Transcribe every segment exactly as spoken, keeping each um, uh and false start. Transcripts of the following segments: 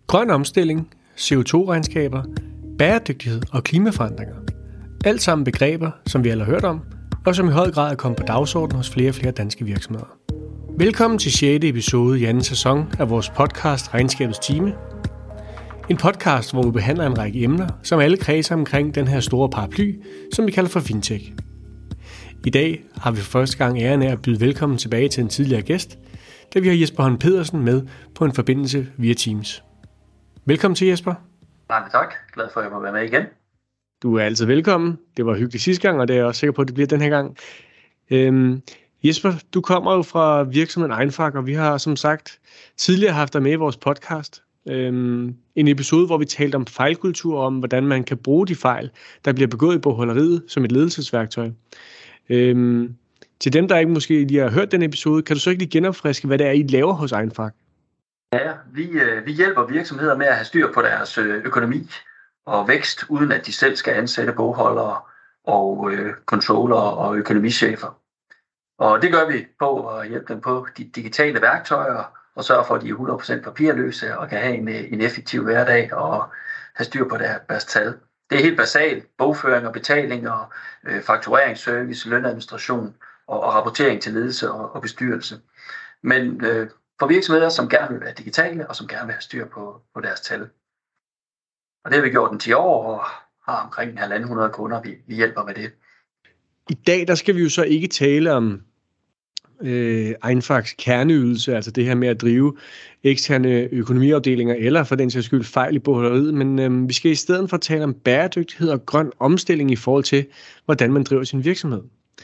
Grøn omstilling, C O to regnskaber, bæredygtighed og klimaforandringer. Alt sammen begreber, som vi alle har hørt om, og som i høj grad er kommet på dagsordenen hos flere og flere danske virksomheder. Velkommen til sjette episode i anden sæson af vores podcast Regnskabets Time. En podcast, hvor vi behandler en række emner, som alle kredser omkring den her store paraply, som vi kalder for Fintech. I dag har vi for første gang æren af at byde velkommen tilbage til en tidligere gæst, da vi har Jesper Holm Pedersen med på en forbindelse via Teams. Velkommen til, Jesper. Mange tak. Glad for, at jeg må være med igen. Du er altid velkommen. Det var hyggeligt sidste gang, og det er jeg også sikker på, at det bliver den her gang. Øhm, Jesper, du kommer jo fra virksomheden Einfach, og vi har som sagt tidligere haft dig med i vores podcast. Øhm, en episode, hvor vi talte om fejlkultur, og om hvordan man kan bruge de fejl, der bliver begået i bogholderiet, som et ledelsesværktøj. Øhm, til dem, der ikke måske lige har hørt den episode, kan du så ikke lige genopfriske, hvad det er, I laver hos Einfach? Ja, vi, øh, vi hjælper virksomheder med at have styr på deres øh, økonomi og vækst, uden at de selv skal ansætte bogholdere og øh, controller og økonomichefer. Og det gør vi på at hjælpe dem på de digitale værktøjer og sørge for, at de er hundrede procent papirløse og kan have en, en effektiv hverdag og have styr på deres, deres tal. Det er helt basalt. Bogføring og betaling og øh, faktureringsservice, lønadministration og, og rapportering til ledelse og, og bestyrelse. Men øh, for virksomheder, som gerne vil være digitale og som gerne vil have styr på, på deres tal. Og det har vi gjort en ti år og har omkring en halvanden hundrede kunder, vi, vi hjælper med det. I dag der skal vi jo så ikke tale om øh, Einfachs kerneydelse, altså det her med at drive eksterne økonomiafdelinger eller for den sags skyld fejl i bogholderiet, men øh, vi skal i stedet for tale om bæredygtighed og grøn omstilling i forhold til, hvordan man driver sin virksomhed.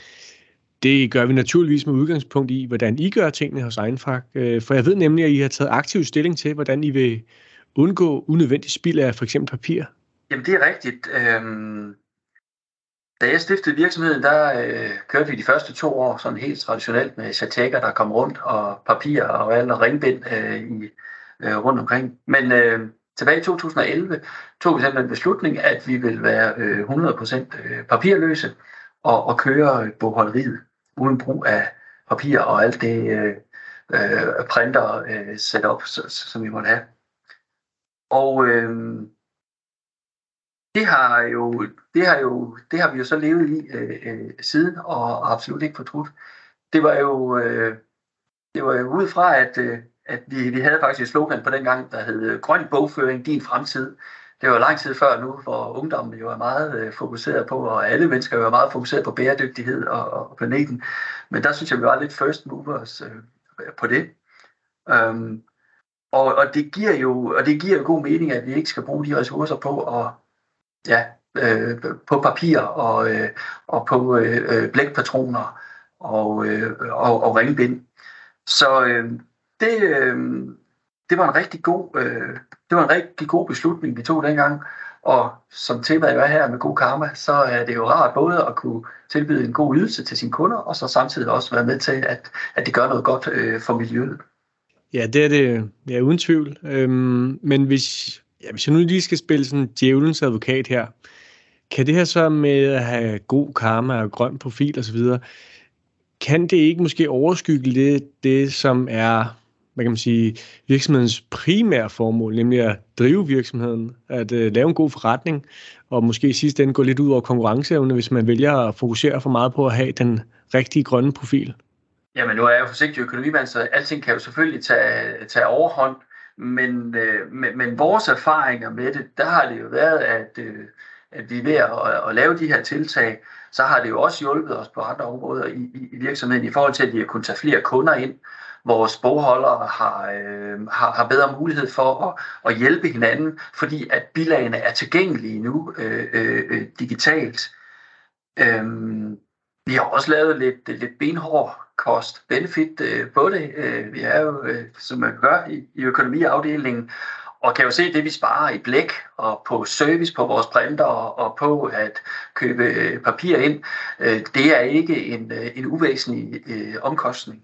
Det gør vi naturligvis med udgangspunkt i, hvordan I gør tingene hos Einfach, for jeg ved nemlig, at I har taget aktiv stilling til, hvordan I vil undgå unødvendig spild af for eksempel papir. Jamen det er rigtigt. Øhm, da jeg stiftede virksomheden, der øh, kørte vi de første to år sådan helt traditionelt med chatekker, der kom rundt, og papir og alle ringbind øh, i, øh, rundt omkring. Men øh, tilbage i to tusind og elleve tog vi simpelthen en beslutning, at vi ville være øh, hundrede procent papirløse og, og køre bogholderiet uden brug af papir og alt det øh, øh, printer øh, setup, som vi måtte have. Og øh, det har jo det har jo det har vi jo så levet i øh, øh, siden og absolut ikke fortrudt. Det var jo øh, det var jo ud fra at øh, at vi vi havde faktisk et slogan på den gang, der hed grøn bogføring, din fremtid. Det var lang tid før nu, hvor ungdommen jo er meget øh, fokuseret på, og alle mennesker jo er meget fokuseret på bæredygtighed og, og planeten. Men der synes jeg, vi var lidt first movers øh, på det. Um, og, og, det giver jo, og det giver jo god mening, at vi ikke skal bruge de ressourcer på, og, ja, øh, på papir og, øh, og på øh, blækpatroner og, øh, og, og ringbind. Så øh, det... Øh, Det var en rigtig god, øh, det var en rigtig god beslutning, vi tog dengang. Og som temaet jo er her med god karma, så er det jo rart både at kunne tilbyde en god ydelse til sine kunder, og så samtidig også være med til, at, at det gør noget godt øh, for miljøet. Ja, det er det, ja, uden tvivl. Øhm, men hvis, ja, hvis jeg nu lige skal spille sådan djævelens advokat her, kan det her så med at have god karma og grøn profil osv., kan det ikke måske overskygge det, det som er, hvad kan man sige, virksomhedens primære formål, nemlig at drive virksomheden, at uh, lave en god forretning, og måske i sidste ende gå lidt ud over konkurrenceevne, hvis man vælger at fokusere for meget på at have den rigtige grønne profil? Jamen, nu er jeg jo forsigtig økonomimand, så alting kan jo selvfølgelig tage, tage overhånd, men, øh, men, men vores erfaringer med det, der har det jo været, at, øh, at vi er ved at, at lave de her tiltag, så har det jo også hjulpet os på andre områder i, i, i virksomheden, i forhold til, at vi har kunnet tage flere kunder ind. Vores bogholdere har, øh, har, har bedre mulighed for at, at hjælpe hinanden, fordi at bilagene er tilgængelige nu øh, øh, digitalt. Øhm, vi har også lavet lidt, lidt benhård cost-benefit øh, på det. Øh, vi er jo, øh, som man gør i, i økonomiafdelingen, og kan jo se det, vi sparer i blæk og på service på vores printer og, og på at købe øh, papir ind. Øh, det er ikke en, øh, en uvæsentlig øh, omkostning.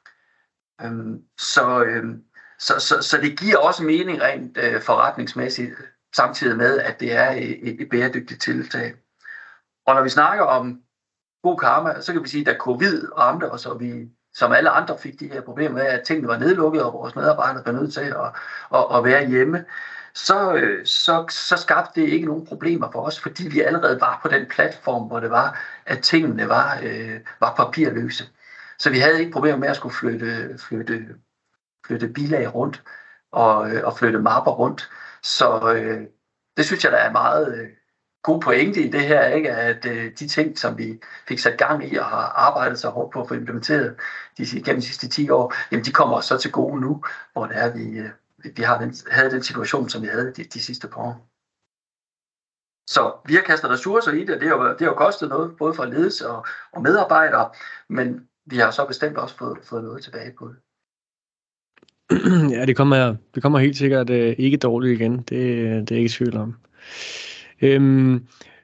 Um, så, øhm, så, så, så det giver også mening rent øh, forretningsmæssigt, samtidig med, at det er et, et bæredygtigt tiltag. Og når vi snakker om god karma, så kan vi sige, at da covid ramte os, og vi som alle andre fik de her problemer med, at tingene var nedlukket, og vores medarbejdere var nødt til at, at, at være hjemme, så, så, så skabte det ikke nogen problemer for os, fordi vi allerede var på den platform, hvor det var, at tingene var, øh, var papirløse. Så vi havde ikke problemer med at skulle flytte, flytte, flytte bilag rundt og, og flytte mapper rundt. Så øh, det synes jeg, der er meget øh, god pointe i det her, ikke? At øh, de ting, som vi fik sat gang i og har arbejdet så hårdt på at få implementeret de, gennem de sidste ti år, jamen de kommer så til gode nu, hvor det er, vi, øh, vi har den, havde den situation, som vi havde de, de sidste par år. Så vi har kastet ressourcer i det, og det har jo, det har jo kostet noget, både for ledelse og, og medarbejdere, men vi har så bestemt også fået, fået noget tilbage på det. Ja, det kommer, det kommer helt sikkert uh, ikke dårligt igen. Det, det er ikke tvivl om. Øhm,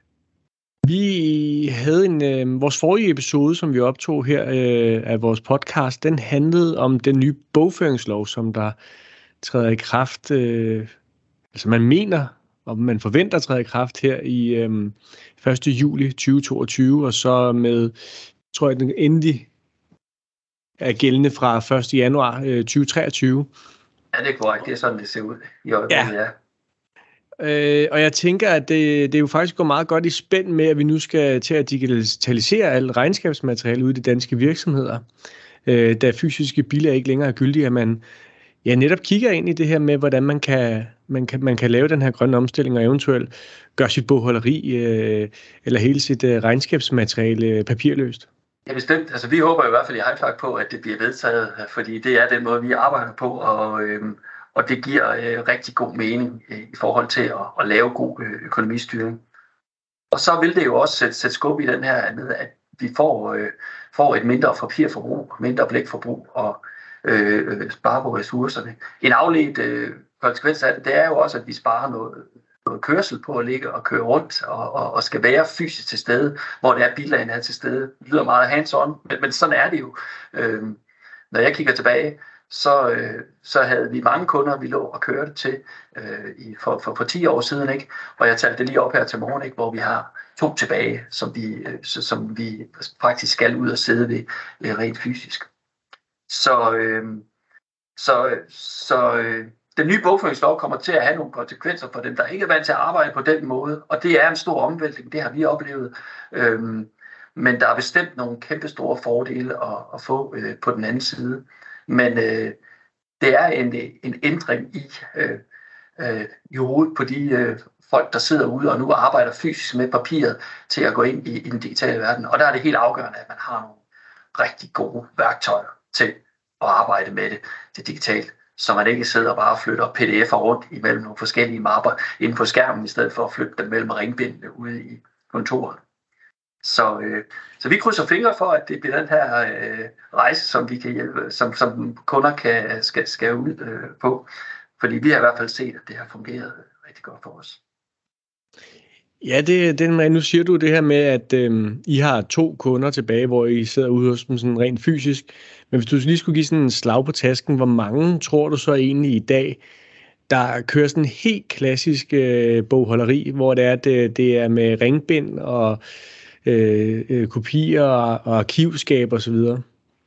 vi havde en øh, vores forrige episode, som vi optog her øh, af vores podcast, den handlede om den nye bogføringslov, som der træder i kraft. Øh, altså man mener, og man forventer at træde i kraft her i øh, første juli tyve toogtyve, og så med, tror jeg, den endelig er gældende fra første januar øh, tyve treogtyve. Ja, det er korrekt. Det er sådan, det ser ud i øjeblikket, ja. ja. Øh, og jeg tænker, at det, det er jo faktisk går meget godt i spænd med, at vi nu skal til at digitalisere alt regnskabsmateriale ude i de danske virksomheder, øh, da fysiske bilag ikke længere er gyldige, at man ja, netop kigger ind i det her med, hvordan man kan, man kan, man kan lave den her grønne omstilling og eventuelt gøre sit bogholderi øh, eller hele sit øh, regnskabsmateriale papirløst. Ja, bestemt. Altså, vi håber i hvert fald i Hyflag på, at det bliver vedtaget, fordi det er den måde, vi arbejder på, og, øhm, og det giver øh, rigtig god mening øh, i forhold til at, at lave god øh, økonomistyring. Og så vil det jo også sætte, sætte skub i den her med, at vi får, øh, får et mindre papirforbrug, mindre blækforbrug og øh, sparer på ressourcerne. En afledt øh, konsekvens af det, det er jo også, at vi sparer noget, noget kørsel på at ligge og køre rundt og, og, og skal være fysisk til stede, hvor det er bilagene er til stede. Det lyder meget hands-on, men, men sådan er det jo. Øh, når jeg kigger tilbage, så, øh, så havde vi mange kunder, vi lå og kørte til øh, i, for, for, for ti år siden, ikke? Og jeg talte det lige op her til morgen, ikke? Hvor vi har to tilbage, som vi, øh, som vi faktisk skal ud og sidde ved øh, rent fysisk. Så, øh, så, så øh, den nye bogføringslov kommer til at have nogle konsekvenser for dem, der ikke er vant til at arbejde på den måde, og det er en stor omvæltning, det har vi oplevet. Øh, men der er bestemt nogle kæmpe store fordele at, at få øh, på den anden side. Men øh, det er en, en ændring i, øh, øh, i hovedet på de øh, folk, der sidder ude og nu arbejder fysisk med papiret til at gå ind i, i den digitale verden. Og der er det helt afgørende, at man har nogle rigtig gode værktøjer til at arbejde med det, det digitalt, så man ikke sidder og bare flytter P D F'er rundt imellem nogle forskellige mapper inde på skærmen, i stedet for at flytte dem mellem ringbindene ude i kontoret. Så, øh, så vi krydser fingre for, at det bliver den her øh, rejse, som vi kan hjælpe, som, som kunder kan, skal, skal ud øh, på. Fordi vi har i hvert fald set, at det har fungeret rigtig godt for os. Ja, det, det, nu siger du det her med, at øh, I har to kunder tilbage, hvor I sidder ude hos dem sådan rent fysisk. Men hvis du lige skulle give sådan en slag på tasken, hvor mange tror du så egentlig i dag, der kører sådan en helt klassisk øh, bogholderi, hvor det er, det, det er med ringbind og øh, øh, kopier og, og arkivskab og så videre?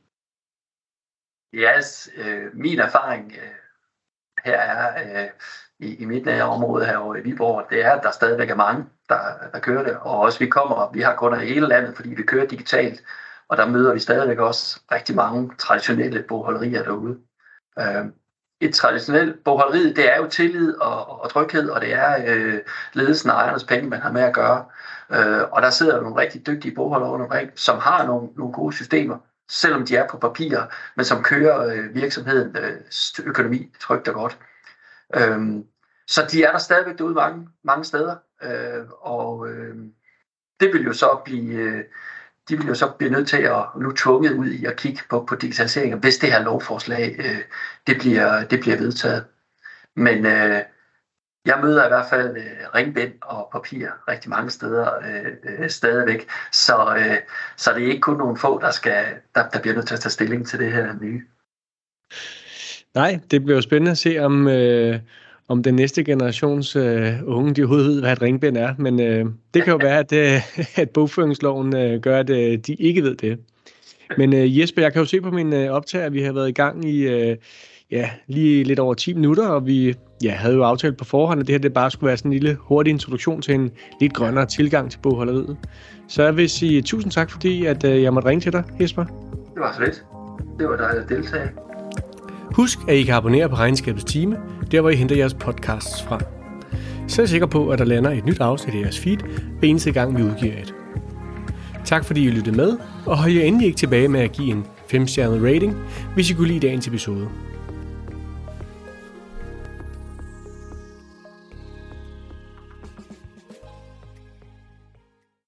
Ja, yes, øh, min erfaring øh, her er øh, i, i mit nærområde herovre i Viborg, det er, at der stadigvæk er mange, der, der kører det. Og også vi kommer, vi har kunder i hele landet, fordi vi kører digitalt, og der møder vi stadigvæk også rigtig mange traditionelle bogholderier derude. Øh, Et traditionelt bogholderi, det er jo tillid og, og tryghed, og det er øh, ledelsen og ejernes penge, man har med at gøre. Øh, og der sidder nogle rigtig dygtige bogholdere rundt omkring, som har nogle, nogle gode systemer, selvom de er på papir, men som kører øh, virksomheden øh, økonomi trygt og godt. Øh, så de er der stadigvæk derude mange, mange steder, øh, og øh, det vil jo så blive... Øh, de vil jo så blive nødt til at nu tvunget ud i at kigge på, på digitalisering, hvis det her lovforslag øh, det, bliver, det bliver vedtaget. Men øh, jeg møder i hvert fald øh, ringbind og papir rigtig mange steder øh, øh, stadigvæk, så, øh, så det er ikke kun nogle få, der, skal, der, der bliver nødt til at tage stilling til det her nye. Nej, det bliver jo spændende at se, om... Øh om den næste generations øh, unge, de overhovedet ved, hvad et ringbind er. Men øh, det kan jo være, at, øh, at bogføringsloven øh, gør, at øh, de ikke ved det. Men uh, Jesper, jeg kan jo se på min uh, optager, at vi har været i gang i uh, ja, lige lidt over ti minutter, og vi ja, havde jo aftalt på forhånd, at det her det bare skulle være sådan en lille hurtig introduktion til en lidt grønnere tilgang til bogholderiet. Så jeg vil sige tusind tak, fordi at, uh, jeg måtte ringe til dig, Jesper. Det var så lidt. Det var dejligt at deltage. Husk, at I kan abonnere på Regnskabets Time, der hvor I henter jeres podcasts fra. Så er jeg sikker på, at der lander et nyt afsnit i jeres feed, hver eneste gang vi udgiver et. Tak fordi I lyttede med, og hold jer endelig ikke tilbage med at give en fem stjernet rating, hvis I kunne lide dagens episode.